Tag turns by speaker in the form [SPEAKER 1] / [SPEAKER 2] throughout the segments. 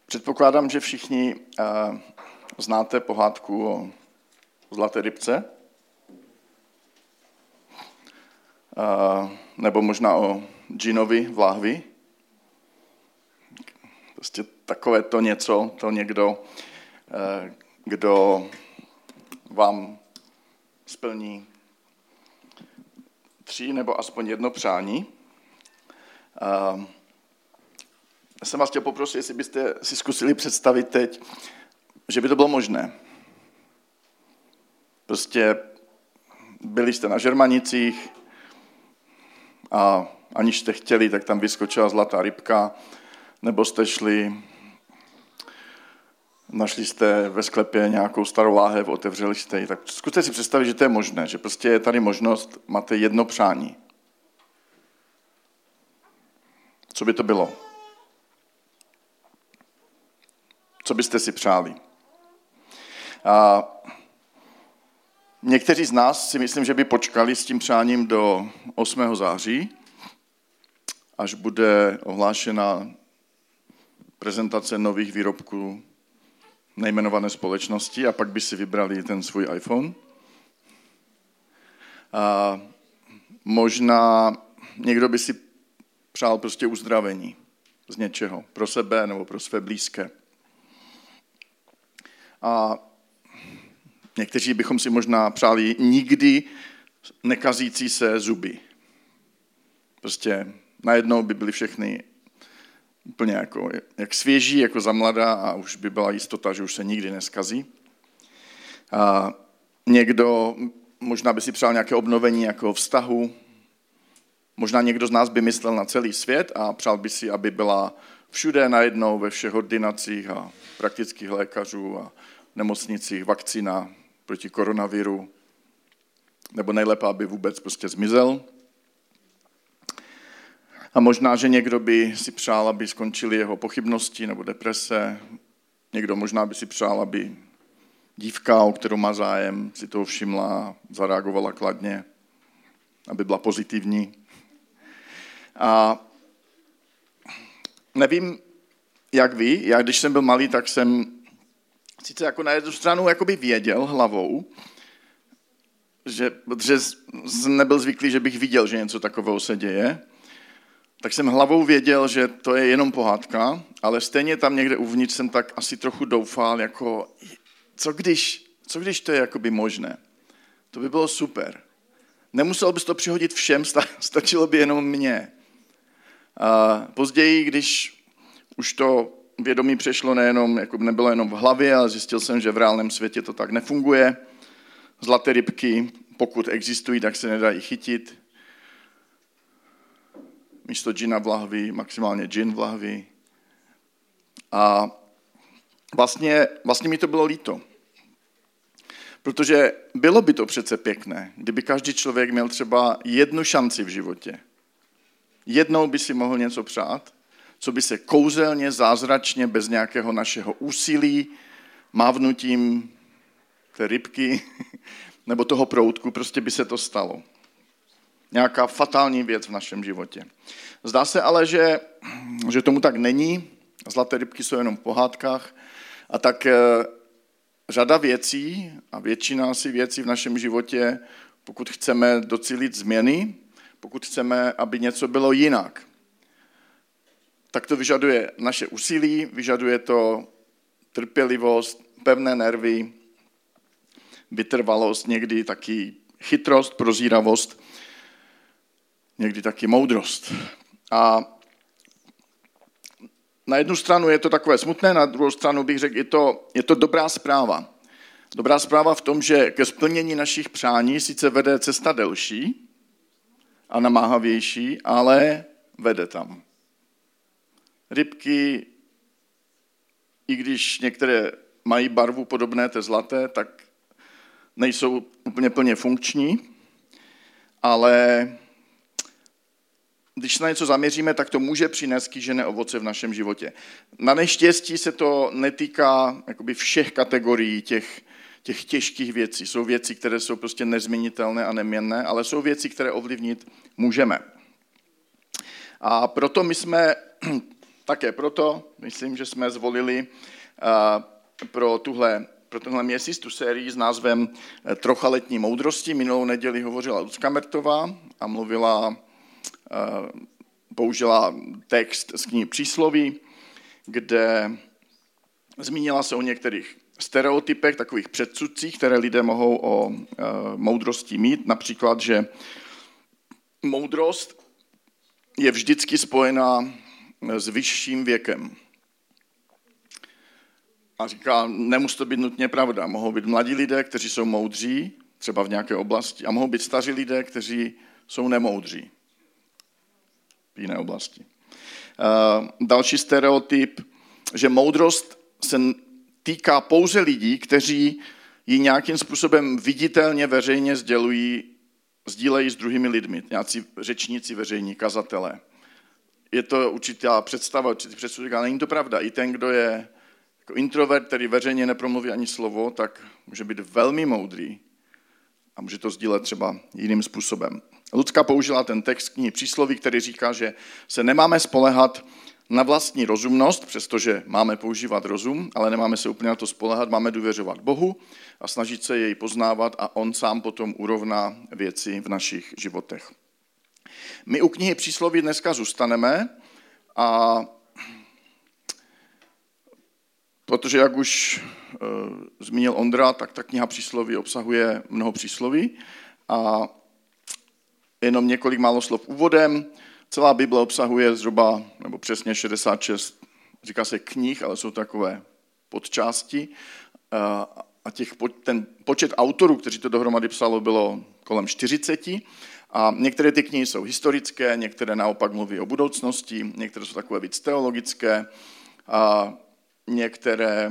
[SPEAKER 1] Předpokládám, že všichni znáte pohádku o zlaté rybce, nebo možná o džinovi v láhvi. Prostě takové to něco, to někdo, kdo vám splní 3 nebo aspoň 1 přání. Já jsem vás chtěl poprosit, jestli byste si zkusili představit teď, že by to bylo možné. Prostě byli jste na Žermanicích a aniž jste chtěli, tak tam vyskočila zlatá rybka, nebo jste šli, našli jste ve sklepě nějakou starou láhev, otevřeli jste ji. Tak zkuste si představit, že to je možné, že prostě je tady možnost, máte 1 přání. Co by to bylo? Co byste si přáli? A někteří z nás si myslím, že by počkali s tím přáním do 8. září, až bude ohlášena prezentace nových výrobků nejmenované společnosti a pak by si vybrali ten svůj iPhone. A možná někdo by si přál prostě uzdravení z něčeho, pro sebe nebo pro své blízké. A někteří bychom si možná přáli nikdy nekazící se zuby. Prostě najednou by byly všechny úplně jak svěží, jako za mladá a už by byla jistota, že už se nikdy neskazí. A někdo možná by si přál nějaké obnovení nějakého vztahu. Možná někdo z nás by myslel na celý svět a přál by si, aby byla všude najednou ve všech ordinacích a praktických lékařů a nemocnicích vakcína proti koronaviru, nebo nejlépe, aby vůbec prostě zmizel. A možná, že někdo by si přál, aby skončily jeho pochybnosti nebo deprese. Někdo možná by si přál, aby dívka, o kterou má zájem, si toho všimla a zareagovala kladně, aby byla pozitivní. A nevím, jak vy, já když jsem byl malý, tak jsem sice jako na jednu stranu jakoby věděl hlavou, protože jsem nebyl zvyklý, že bych viděl, že něco takového se děje, tak jsem hlavou věděl, že to je jenom pohádka, ale stejně tam někde uvnitř jsem tak asi trochu doufal, jako co když to je jakoby možné? To by bylo super. Nemusel bys to přihodit všem, stačilo by jenom mně. A později, když už to vědomí přešlo nebylo jenom v hlavě, ale zjistil jsem, že v reálném světě to tak nefunguje. Zlaté rybky, pokud existují, tak se nedají chytit. Místo džina v lahvi, maximálně džin v lahvi. A vlastně mi to bylo líto. Protože bylo by to přece pěkné, kdyby každý člověk měl třeba 1 šanci v životě. Jednou by si mohl něco přát, co by se kouzelně, zázračně, bez nějakého našeho úsilí, mávnutím té rybky nebo toho proutku, prostě by se to stalo. Nějaká fatální věc v našem životě. Zdá se ale, že tomu tak není. Zlaté rybky jsou jenom v pohádkách. A tak řada věcí a většina asi věcí v našem životě, pokud chceme docílit změny, pokud chceme, aby něco bylo jinak, tak to vyžaduje naše úsilí, vyžaduje to trpělivost, pevné nervy, vytrvalost, někdy taky chytrost, prozíravost, někdy taky moudrost. A na jednu stranu je to takové smutné, na druhou stranu bych řekl, je to dobrá zpráva. Dobrá zpráva v tom, že ke splnění našich přání sice vede cesta delší a namáhavější, ale vede tam. Rybky, i když některé mají barvu podobné té zlaté, tak nejsou úplně plně funkční, ale když na něco zaměříme, tak to může přinést kýžené ovoce v našem životě. Na neštěstí se to netýká jakoby všech kategorií těch těžkých věcí. Jsou věci, které jsou prostě nezměnitelné a neměnné, ale jsou věci, které ovlivnit můžeme. A proto my jsme také proto, myslím, že jsme zvolili pro tenhle měsíc tu sérii s názvem Trocha letní moudrosti. Minulou neděli hovořila Lucka Mertová a použila text z knihy Přísloví, kde zmínila se o některých stereotypech, takových předsudcích, které lidé mohou o moudrosti mít. Například, že moudrost je vždycky spojená s vyšším věkem. A říká, nemusí to být nutně pravda. Mohou být mladí lidé, kteří jsou moudří, třeba v nějaké oblasti, a mohou být staří lidé, kteří jsou nemoudří v jiné oblasti. Další stereotyp, že moudrost se týká pouze lidí, kteří ji nějakým způsobem viditelně veřejně sdílejí s druhými lidmi, nějací řečníci, veřejní, kazatelé. Je to určitá představa, určitý předsudek, ale není to pravda. I ten, kdo je jako introvert, který veřejně nepromluví ani slovo, tak může být velmi moudrý a může to sdílet třeba jiným způsobem. Lucka použila ten text knihy Přísloví, který říká, že se nemáme spoléhat na vlastní rozumnost, přestože máme používat rozum, ale nemáme se úplně na to spoléhat, máme důvěřovat Bohu a snažit se jej poznávat a on sám potom urovná věci v našich životech. My u knihy Přísloví dneska zůstaneme, a protože, jak už zmínil Ondra, tak ta kniha Přísloví obsahuje mnoho přísloví a jenom několik málo slov úvodem. Celá Bible obsahuje zhruba, nebo přesně 66, říká se knih, ale jsou takové podčásti. A ten počet autorů, kteří to dohromady psalo, bylo kolem 40. A některé ty knihy jsou historické, některé naopak mluví o budoucnosti, některé jsou takové víc teologické, a některé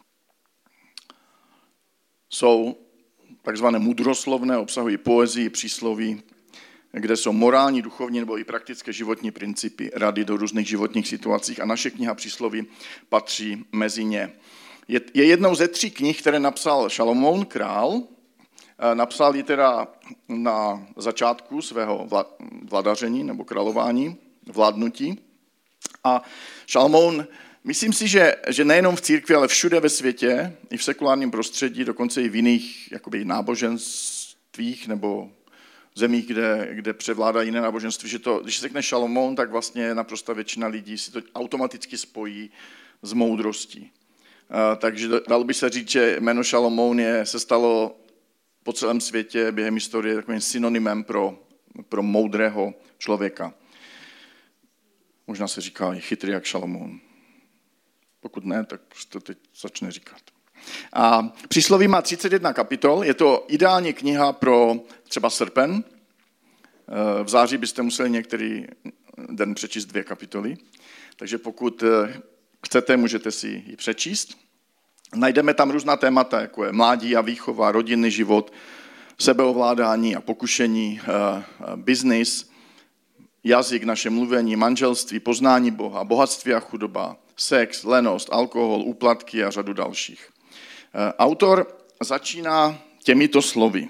[SPEAKER 1] jsou takzvané mudroslovné, obsahují poezii, přísloví, kde jsou morální, duchovní nebo i praktické životní principy, rady do různých životních situacích a naše kniha Přísloví patří mezi ně. Je jednou ze 3 knih, které napsal Šalomoun, král. Napsal ji teda na začátku svého vladaření nebo králování, vládnutí. A Šalomoun, myslím si, že nejenom v církvi, ale všude ve světě, i v sekulárním prostředí, dokonce i v jiných jakoby náboženstvích nebo zemích, kde převládá jiné náboženství, že když se řekne Šalomoun, tak vlastně naprosto většina lidí si to automaticky spojí s moudrostí. Takže dalo by se říct, že jméno Šalomoun se stalo po celém světě během historie takovým synonymem pro moudrého člověka. Možná se říká i chytrý jak Šalomoun. Pokud ne, tak to teď začne říkat. A Přísloví má 31 kapitol, je to ideální kniha pro třeba srpen. V září byste museli některý den přečíst 2 kapitoly, takže pokud chcete, můžete si ji přečíst. Najdeme tam různá témata, jako je mládí a výchova, rodinný život, sebeovládání a pokušení, biznis, jazyk, naše mluvení, manželství, poznání Boha, bohatství a chudoba, sex, lenost, alkohol, úplatky a řadu dalších. Autor začíná těmito slovy.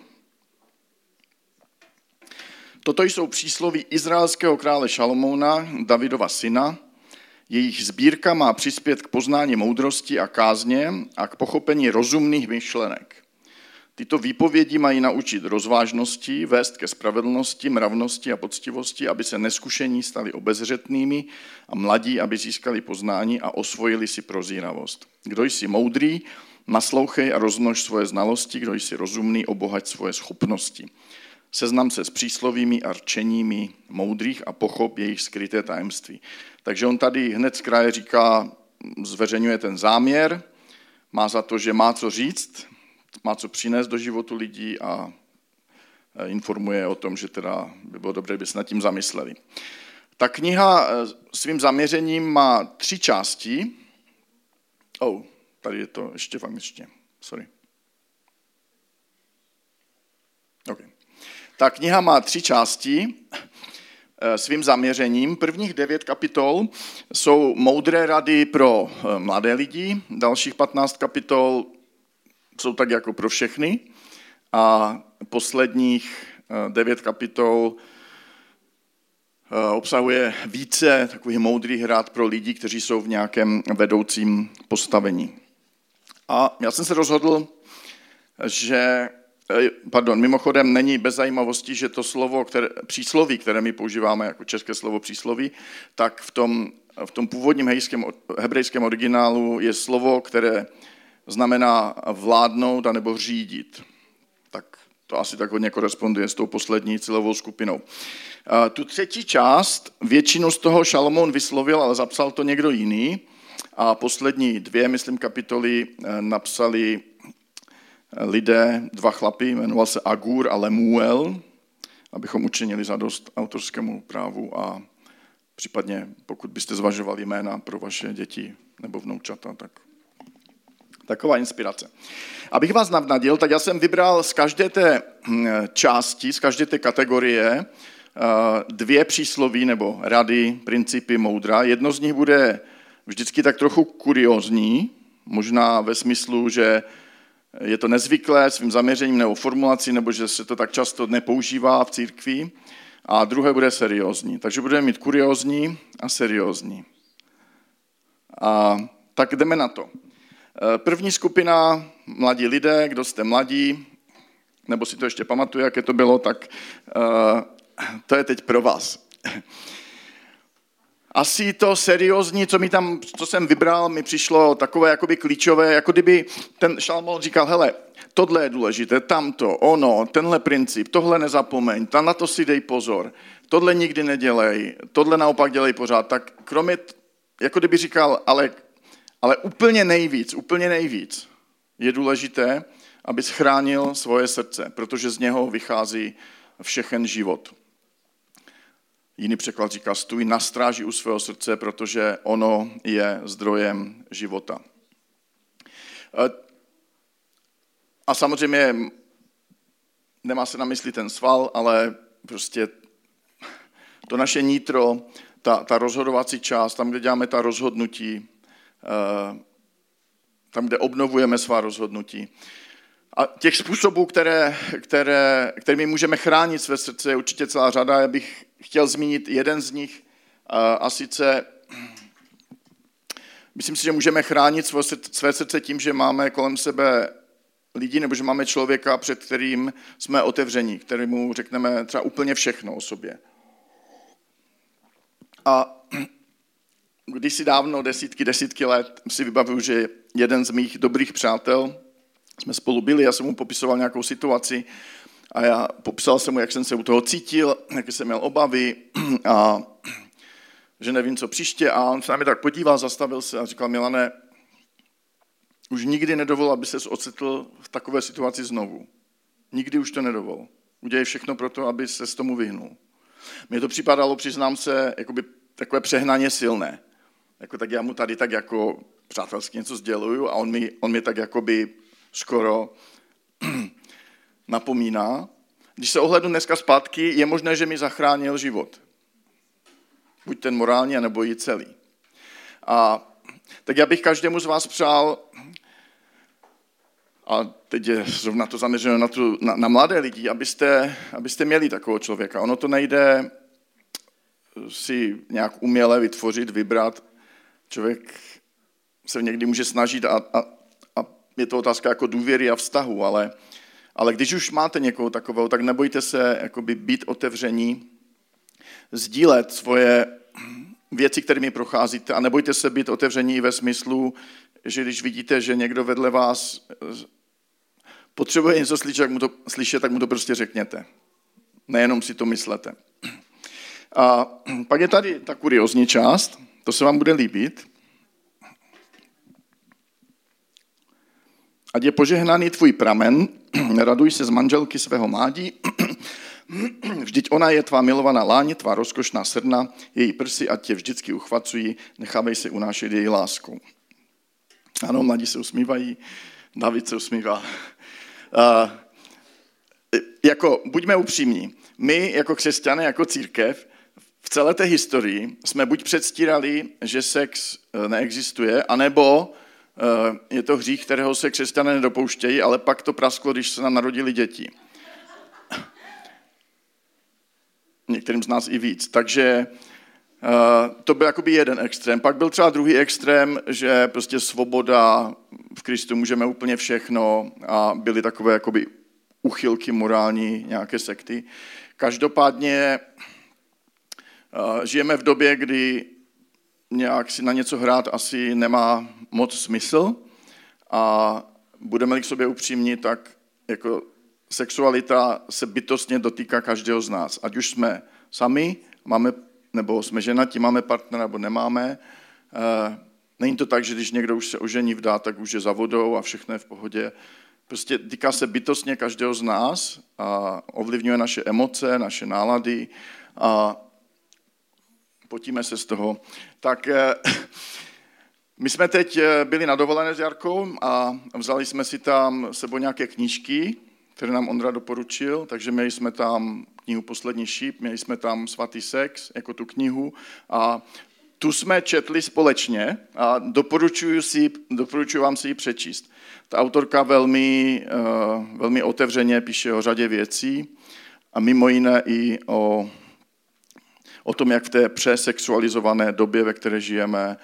[SPEAKER 1] Toto jsou přísloví izraelského krále Šalomouna, Davidova syna. Jejich sbírka má přispět k poznání moudrosti a kázně a k pochopení rozumných myšlenek. Tyto výpovědi mají naučit rozvážnosti, vést ke spravedlnosti, mravnosti a poctivosti, aby se neskušení stali obezřetnými a mladí, aby získali poznání a osvojili si prozíravost. Kdo jsi moudrý, naslouchej a rozmnož svoje znalosti, kdo jsi rozumný, obohať svoje schopnosti. Seznam se s příslovími a rčeními moudrých a pochop jejich skryté tajemství. Takže on tady hned z kraje říká, zveřejňuje ten záměr, má za to, že má co říct, má co přinést do životu lidí a informuje o tom, že teda by bylo dobré, by se nad tím zamysleli. Ta kniha svým zaměřením má 3 části. Tady je to ještě v angličtině. Sorry. Okay. Ta kniha má 3 části svým zaměřením. Prvních 9 kapitol jsou moudré rady pro mladé lidi, dalších 15 kapitol jsou tak jako pro všechny a posledních 9 kapitol obsahuje více takových moudrých rád pro lidi, kteří jsou v nějakém vedoucím postavení. A já jsem se rozhodl, že, mimochodem není bez zajímavosti, že to slovo, přísloví, které my používáme jako české slovo přísloví, tak v tom původním hebrejském originálu je slovo, které znamená vládnout anebo řídit. Tak to asi tak hodně koresponduje s tou poslední cílovou skupinou. Tu třetí část, většinu z toho Šalomoun vyslovil, ale zapsal to někdo jiný. A poslední dvě, myslím, kapitoly napsali lidé, dva chlapi, jmenoval se Agur a Lemuel, abychom učinili zadost autorskému právu a případně, pokud byste zvažovali jména pro vaše děti nebo vnoučata, tak taková inspirace. Abych vás navnadil, tak já jsem vybral z každé té části, z každé té kategorie dvě přísloví nebo rady, principy moudra. Jedno z nich bude vždycky tak trochu kuriózní, možná ve smyslu, že je to nezvyklé svým zaměřením nebo formulací, nebo že se to tak často nepoužívá v církvi. A druhé bude seriózní. Takže budeme mít kuriózní a seriózní. A tak jdeme na to. První skupina, mladí lidé, kdo jste mladí, nebo si to ještě pamatuje, jaké to bylo, tak to je teď pro vás. Asi to seriózní, co jsem vybral, mi přišlo takové jakoby klíčové, jako kdyby ten Šalamoun říkal, hele, tohle je důležité, tamto, ono, tenhle princip, tohle nezapomeň, na to si dej pozor, tohle nikdy nedělej, tohle naopak dělej pořád. Tak kromě, jako kdyby říkal, ale úplně nejvíc je důležité, abys chránil svoje srdce, protože z něho vychází všechen život. Jiný překlad říká, stůj na stráži u svého srdce, protože ono je zdrojem života. A samozřejmě nemá se na mysli ten sval, ale prostě to naše nitro, ta rozhodovací část, tam, kde děláme ta rozhodnutí, tam, kde obnovujeme svá rozhodnutí. A těch způsobů, kterými můžeme chránit své srdce, je určitě celá řada. Já bych chtěl zmínit jeden z nich, a sice myslím si, že můžeme chránit své srdce tím, že máme kolem sebe lidi, nebo že máme člověka, před kterým jsme otevření, kterému řekneme třeba úplně všechno o sobě. A když si dávno, desítky let, si vybavuju, že jeden z mých dobrých přátel, jsme spolu byli, já jsem mu popisoval nějakou situaci a já popsal jsem mu, jak jsem se u toho cítil, jaké jsem měl obavy a že nevím, co příště. A on se na mě tak podíval, zastavil se a říkal, Milane, už nikdy nedovol, aby ses ocitl v takové situaci znovu. Nikdy už to nedovol. Udělej všechno pro to, aby se s tomu vyhnul. Mně to připadalo, přiznám se, jakoby takové přehnaně silné. Tak já mu tady tak jako přátelsky něco sděluju a on mi tak jakoby skoro napomíná. Když se ohlédnu dneska zpátky, je možné, že mi zachránil život. Buď ten morální, nebo i celý. A tak já bych každému z vás přál, a teď je zrovna to zaměřeno na mladé lidi, abyste měli takového člověka. Ono to nejde si nějak uměle vytvořit, vybrat. Člověk se někdy může snažit a je to otázka jako důvěry a vztahu, ale když už máte někoho takového, tak nebojte se jakoby být otevření, sdílet svoje věci, kterými procházíte a nebojte se být otevření ve smyslu, že když vidíte, že někdo vedle vás potřebuje něco slyšet, tak mu to prostě řekněte. Nejenom si to myslete. A pak je tady ta kuriózní část, to se vám bude líbit. Ať je požehnaný tvůj pramen, raduj se z manželky svého mládí, vždyť ona je tvá milovaná láně, tvá rozkošná srna, její prsy ať tě vždycky uchvacují, nechávej se unášet její láskou. Ano, mladí se usmívají, David se usmívá. Buďme upřímní, my jako křesťané, jako církev, v celé té historii jsme buď předstírali, že sex neexistuje, anebo je to hřích, kterého se křesťané nedopouštějí, ale pak to prasklo, když se nám narodili děti. některým z nás i víc. Takže to byl jakoby jeden extrém. Pak byl třeba druhý extrém, že prostě svoboda v Kristu, můžeme úplně všechno a byly takové jakoby uchylky morální, nějaké sekty. Každopádně žijeme v době, kdy nějak si na něco hrát asi nemá moc smysl a budeme-li k sobě upřímní, tak jako sexualita se bytostně dotýká každého z nás. Ať už jsme sami, nebo jsme ženatí, máme partnera, nebo nemáme. Není to tak, že když někdo už se ožení vdá, tak už je za vodou a všechno je v pohodě. Prostě týká se bytostně každého z nás a ovlivňuje naše emoce, naše nálady a potíme se z toho. Tak my jsme teď byli na dovolené s Jarkou a vzali jsme si tam sebou nějaké knížky, které nám Ondra doporučil, takže měli jsme tam knihu Poslední šíp, měli jsme tam Svatý sex, jako tu knihu a tu jsme četli společně a doporučuji vám si ji přečíst. Ta autorka velmi otevřeně píše o řadě věcí a mimo jiné i o tom, jak v té přesexualizované době, ve které žijeme,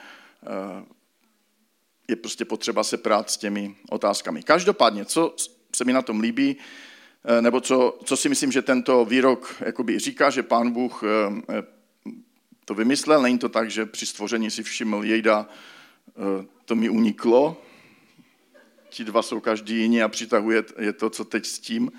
[SPEAKER 1] je prostě potřeba se prát s těmi otázkami. Každopádně, co se mi na tom líbí, nebo co si myslím, že tento výrok jakoby říká, že Pán Bůh to vymyslel, není to tak, že při stvoření si všiml, jejda, to mi uniklo, ti dva jsou každý jiný a přitahuje je to, co teď s tím.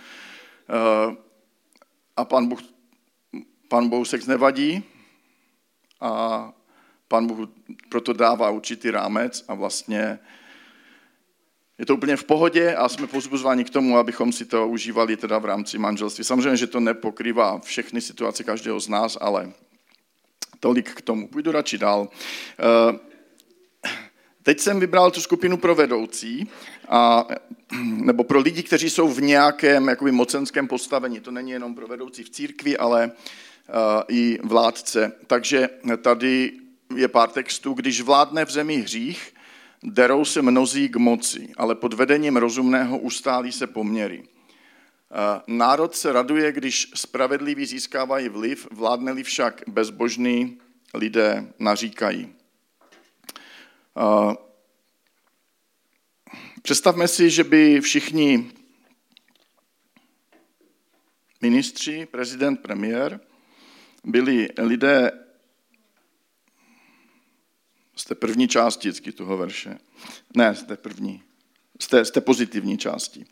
[SPEAKER 1] A Pán Bohu sex nevadí a Pán Bůh proto dává určitý rámec a vlastně je to úplně v pohodě a jsme povzbuzováni k tomu, abychom si to užívali teda v rámci manželství. Samozřejmě, že to nepokrývá všechny situace každého z nás, ale tolik k tomu. Půjdu radši dál. Teď jsem vybral tu skupinu pro vedoucí, nebo pro lidi, kteří jsou v nějakém jakoby mocenském postavení. To není jenom pro vedoucí v církvi, ale i vládce. Takže tady je pár textů. Když vládne v zemi hřích, derou se mnozí k moci, ale pod vedením rozumného ustálí se poměry. Národ se raduje, když spravedliví získávají vliv, vládne-li však bezbožní, lidé naříkají. Představme si, že by všichni ministři, prezident, premiér, byli lidé z té první části vždycky toho verše. Ne, z té první. Z té pozitivní části.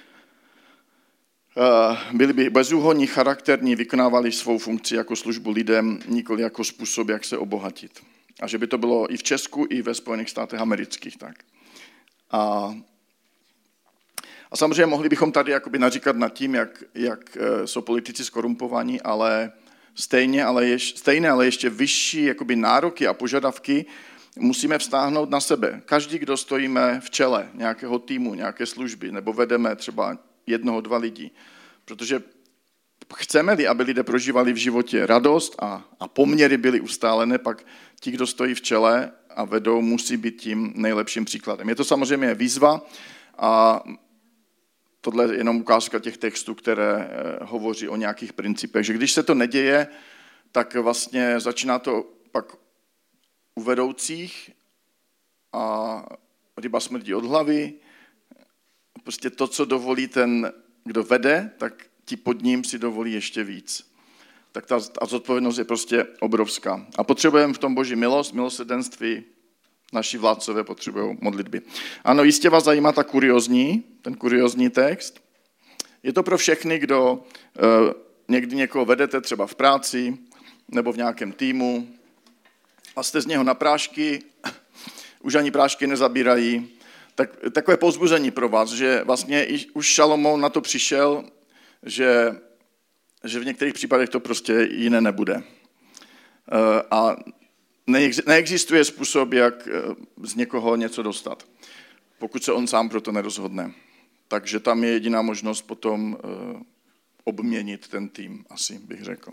[SPEAKER 1] Byli by bezúhonní, charakterní, vykonávali svou funkci jako službu lidem, nikoli jako způsob, jak se obohatit. A že by to bylo i v Česku, i ve Spojených státech amerických tak. A samozřejmě mohli bychom tady jakoby naříkat nad tím, jak jsou politici skorumpovaní, ale stejné, ale ještě vyšší jakoby nároky a požadavky musíme vztáhnout na sebe. Každý, kdo stojíme v čele nějakého týmu, nějaké služby, nebo vedeme třeba 1, 2 lidi. Protože chceme-li, aby lidé prožívali v životě radost a poměry byly ustálené, pak ti, kdo stojí v čele a vedou, musí být tím nejlepším příkladem. Je to samozřejmě výzva a tohle je jenom ukázka těch textů, které hovoří o nějakých principech. Že když se to neděje, tak vlastně začíná to pak u vedoucích a ryba smrdí od hlavy. Prostě to, co dovolí ten, kdo vede, tak ti pod ním si dovolí ještě víc. Tak ta zodpovědnost je prostě obrovská. A potřebujeme v tom Boží milost, milosrdenství, naši vládcové potřebují modlitby. Ano, jistě vás zajímá ten kuriózní text. Je to pro všechny, kdo někdy někoho vedete, třeba v práci nebo v nějakém týmu a jste z něho na prášky, už ani prášky nezabírají. Takové povzbuzení pro vás, že vlastně už Šalomoun na to přišel, že v některých případech to prostě jiné nebude. A neexistuje způsob, jak z někoho něco dostat, pokud se on sám proto nerozhodne. Takže tam je jediná možnost potom obměnit ten tým, asi bych řekl.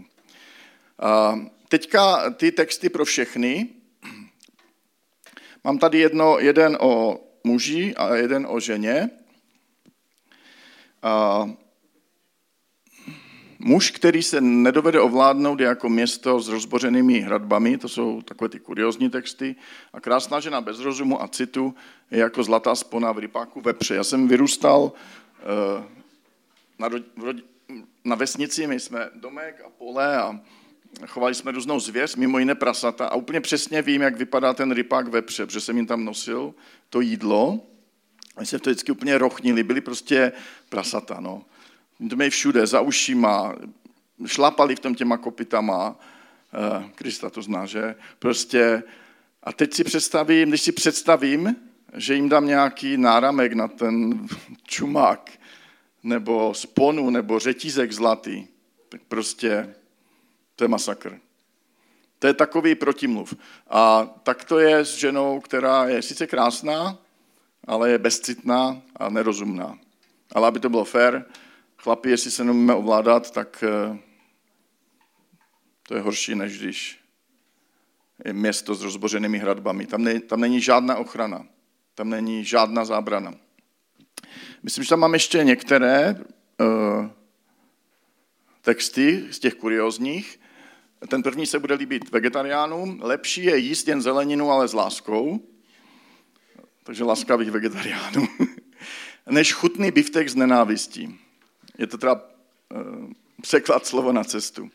[SPEAKER 1] Teďka ty texty pro všechny. Mám tady jeden o muži a jeden o ženě. Muž, který se nedovede ovládnout, je jako město s rozbořenými hradbami, to jsou takové ty kuriózní texty, a krásná žena bez rozumu a citu je jako zlatá spona v rypáku vepře. Já jsem vyrůstal na vesnici, my jsme domek a pole a chovali jsme různou zvěř, mimo jiné prasata a úplně přesně vím, jak vypadá ten rypák vepře, protože jsem jim tam nosil to jídlo. Oni se v to vždycky úplně rochnili, byli prostě prasata, no. Oni to měli všude, za ušima, šlapali v tom těma kopitama, Krista to zná, že? Prostě, a teď když si představím, že jim dám nějaký náramek na ten čumák, nebo sponu, nebo řetízek zlatý, tak prostě to je masakr. To je takový protimluv. A tak to je s ženou, která je sice krásná, ale je bezcitná a nerozumná. Ale aby to bylo fér, chlapi, jestli se neumíme ovládat, tak to je horší, než když je město s rozbořenými hradbami. Tam není žádná ochrana, tam není žádná zábrana. Myslím, že tam mám ještě některé texty z těch kuriózních. Ten první se bude líbit vegetariánům. Lepší je jíst jen zeleninu, ale s láskou. Takže laskavých vegetariánů. Než chutný biftek z nenávistí. Je to teda překlad slovo na cestu.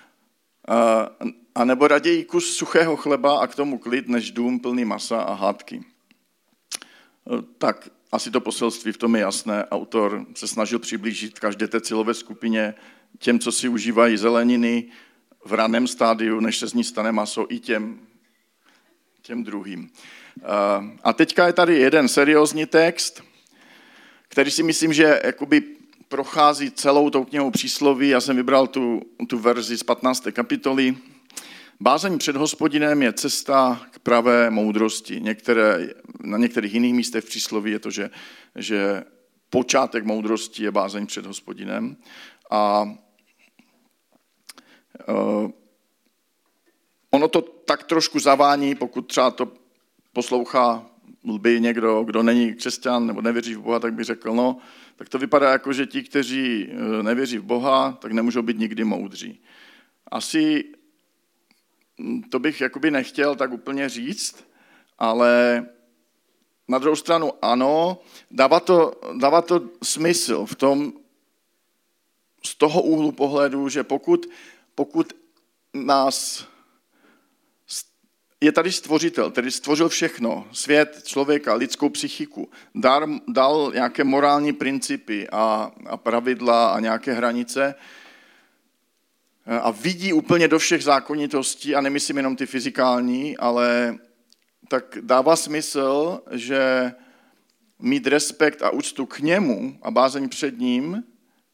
[SPEAKER 1] A nebo raději kus suchého chleba a k tomu klid, než dům plný masa a hádky. Tak asi to poselství v tom je jasné. Autor se snažil přiblížit každé té cílové skupině těm, co si užívají zeleniny v raném stádiu, než se z ní stane maso, i těm druhým. A teďka je tady jeden seriózní text, který si myslím, že jakoby prochází celou tou knihou Přísloví. Já jsem vybral tu verzi z 15. kapitoly. Bázeň před Hospodinem je cesta k pravé moudrosti. Na některých jiných místech v Přísloví je to, že počátek moudrosti je bázeň před Hospodinem. A ono to tak trošku zavání, pokud třeba to poslouchá by někdo, kdo není křesťan nebo nevěří v Boha, tak by řekl, no, tak to vypadá jako, že ti, kteří nevěří v Boha, tak nemůžou být nikdy moudří. Asi to bych jakoby nechtěl tak úplně říct, ale na druhou stranu ano, dává to smysl v tom, z toho úhlu pohledu, že pokud nás je tady stvořitel, který stvořil všechno, svět, člověka, lidskou psychiku, dal nějaké morální principy a pravidla a nějaké hranice a vidí úplně do všech zákonitostí, a nemyslím jenom ty fyzikální, ale tak dává smysl, že mít respekt a úctu k němu a bázeň před ním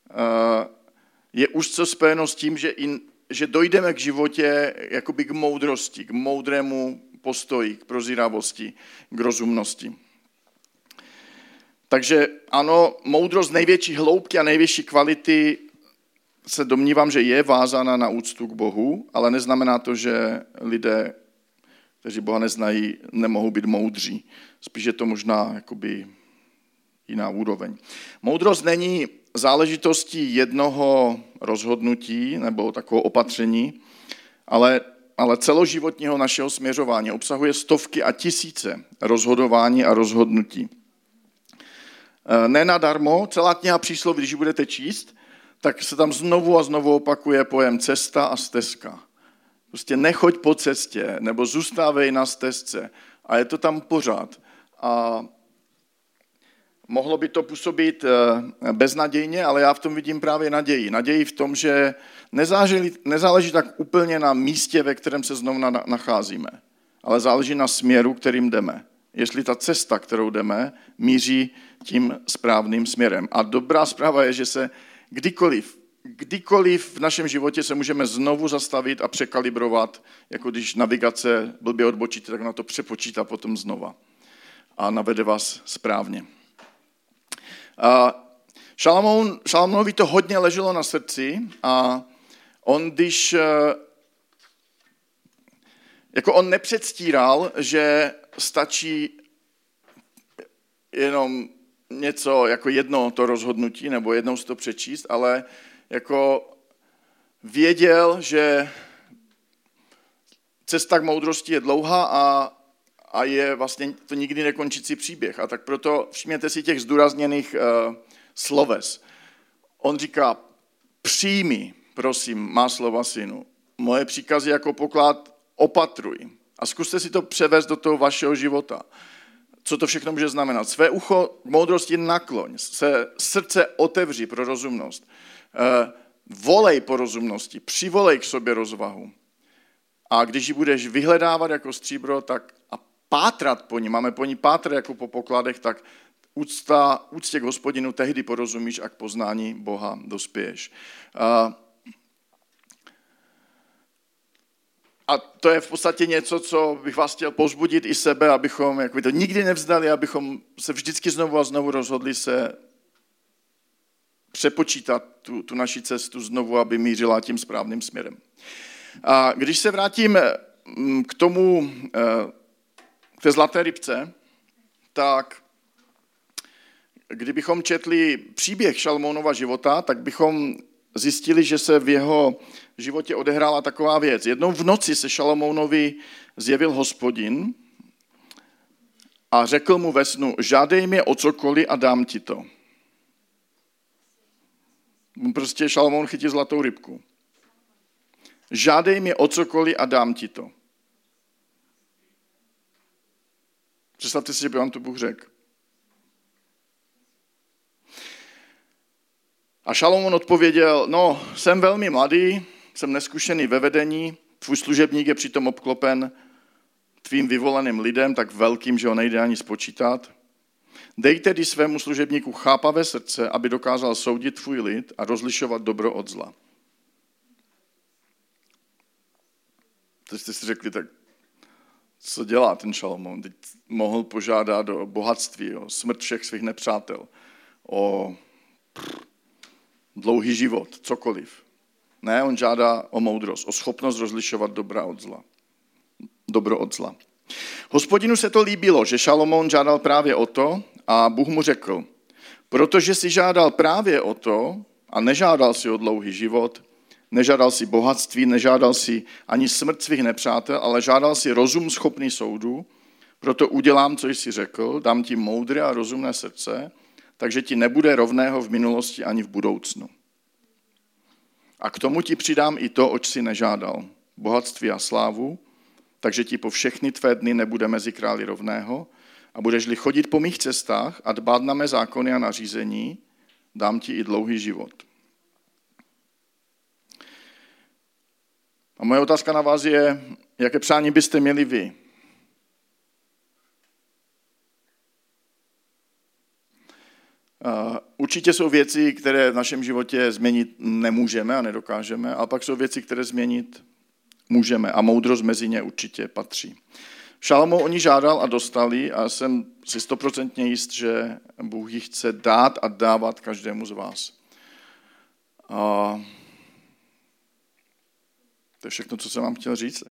[SPEAKER 1] je úzce spojeno s tím, že dojdeme k životě jakoby k moudrosti, k moudrému postoji, k prozíravosti, k rozumnosti. Takže ano, moudrost největší hloubky a největší kvality se domnívám, že je vázána na úctu k Bohu, ale neznamená to, že lidé, kteří Boha neznají, nemohou být moudří. Spíš je to možná jakoby jiná úroveň. Moudrost není záležitostí jednoho rozhodnutí nebo takového opatření, ale celoživotního našeho směřování. Obsahuje stovky a tisíce rozhodování a rozhodnutí. Nenadarmo, celá kniha Přísloví, když ji budete číst, tak se tam znovu a znovu opakuje pojem cesta a stezka. Prostě nechoď po cestě, nebo zůstávej na stezce. A je to tam pořád. A mohlo by to působit beznadějně, ale já v tom vidím právě naději. Naději v tom, že nezáleží tak úplně na místě, ve kterém se znovu nacházíme, ale záleží na směru, kterým jdeme. Jestli ta cesta, kterou jdeme, míří tím správným směrem. A dobrá zpráva je, že se kdykoliv v našem životě se můžeme znovu zastavit a překalibrovat, jako když navigace blbě odbočíte, tak na to přepočítá potom znova a navede vás správně. Šalamonovi to hodně leželo na srdci a on, když jako on nepředstíral, že stačí jenom něco, jako jedno to rozhodnutí, nebo jednou si to přečíst, ale jako věděl, že cesta k moudrosti je dlouhá a je vlastně to nikdy nekončící příběh. A tak proto všimněte si těch zdůrazněných sloves. On říká, přijmi, prosím, má slova synu. Moje příkazy jako poklad opatruj. A zkuste si to převést do toho vašeho života. Co to všechno může znamenat? Své ucho moudrosti nakloň, se srdce otevři pro rozumnost. Volej po rozumnosti, přivolej k sobě rozvahu. A když ji budeš vyhledávat jako stříbro, tak a pátrat po ní, máme po ní pátrat jako po pokladech, tak úctě k Hospodinu tehdy porozumíš a k poznání Boha dospěješ. A to je v podstatě něco, co bych vás chtěl povzbudit i sebe, abychom jako to nikdy nevzdali, abychom se vždycky znovu a znovu rozhodli se přepočítat tu naši cestu znovu, aby mířila tím správným směrem. A když se vrátím k tomu, k té zlaté rybce, tak kdybychom četli příběh Šalomounova života, tak bychom zjistili, že se v jeho životě odehrála taková věc. Jednou v noci se Šalomounovi zjevil Hospodin a řekl mu ve snu, žádej mě o cokoliv a dám ti to. Prostě Šalomoun chytil zlatou rybku. Žádej mě o cokoliv a dám ti to. Představte si, že by vám to Bůh řekl. A Šalomoun odpověděl, no, jsem velmi mladý, jsem neskušený ve vedení, tvůj služebník je přitom obklopen tvým vyvoleným lidem, tak velkým, že ho nejde ani spočítat. Dej tedy svému služebníku chápavé srdce, aby dokázal soudit tvůj lid a rozlišovat dobro od zla. Teď jste si řekli, tak co dělá ten Šalomoun? Teď mohl požádat o bohatství, o smrt všech svých nepřátel, o dlouhý život, cokoliv. Ne, on žádá o moudrost, o schopnost rozlišovat dobro od zla. Hospodinu se to líbilo, že Šalomoun žádal právě o to a Bůh mu řekl, protože si žádal právě o to a nežádal si o dlouhý život, nežádal si bohatství, nežádal si ani smrt svých nepřátel, ale žádal si rozum schopný soudu, proto udělám, co jsi řekl, dám ti moudré a rozumné srdce, takže ti nebude rovného v minulosti ani v budoucnu. A k tomu ti přidám i to, oč si nežádal, bohatství a slávu, takže ti po všechny tvé dny nebude mezi králi rovného a budeš-li chodit po mých cestách a dbát na mé zákony a nařízení, dám ti i dlouhý život. A moje otázka na vás je, jaké přání byste měli vy? Určitě jsou věci, které v našem životě změnit nemůžeme a nedokážeme, ale pak jsou věci, které změnit můžeme a moudrost mezi ně určitě patří. Šalomoun o ní žádal a dostal ji a jsem si 100% jist, že Bůh ji chce dát a dávat každému z vás. A to je všechno, co jsem vám chtěl říct.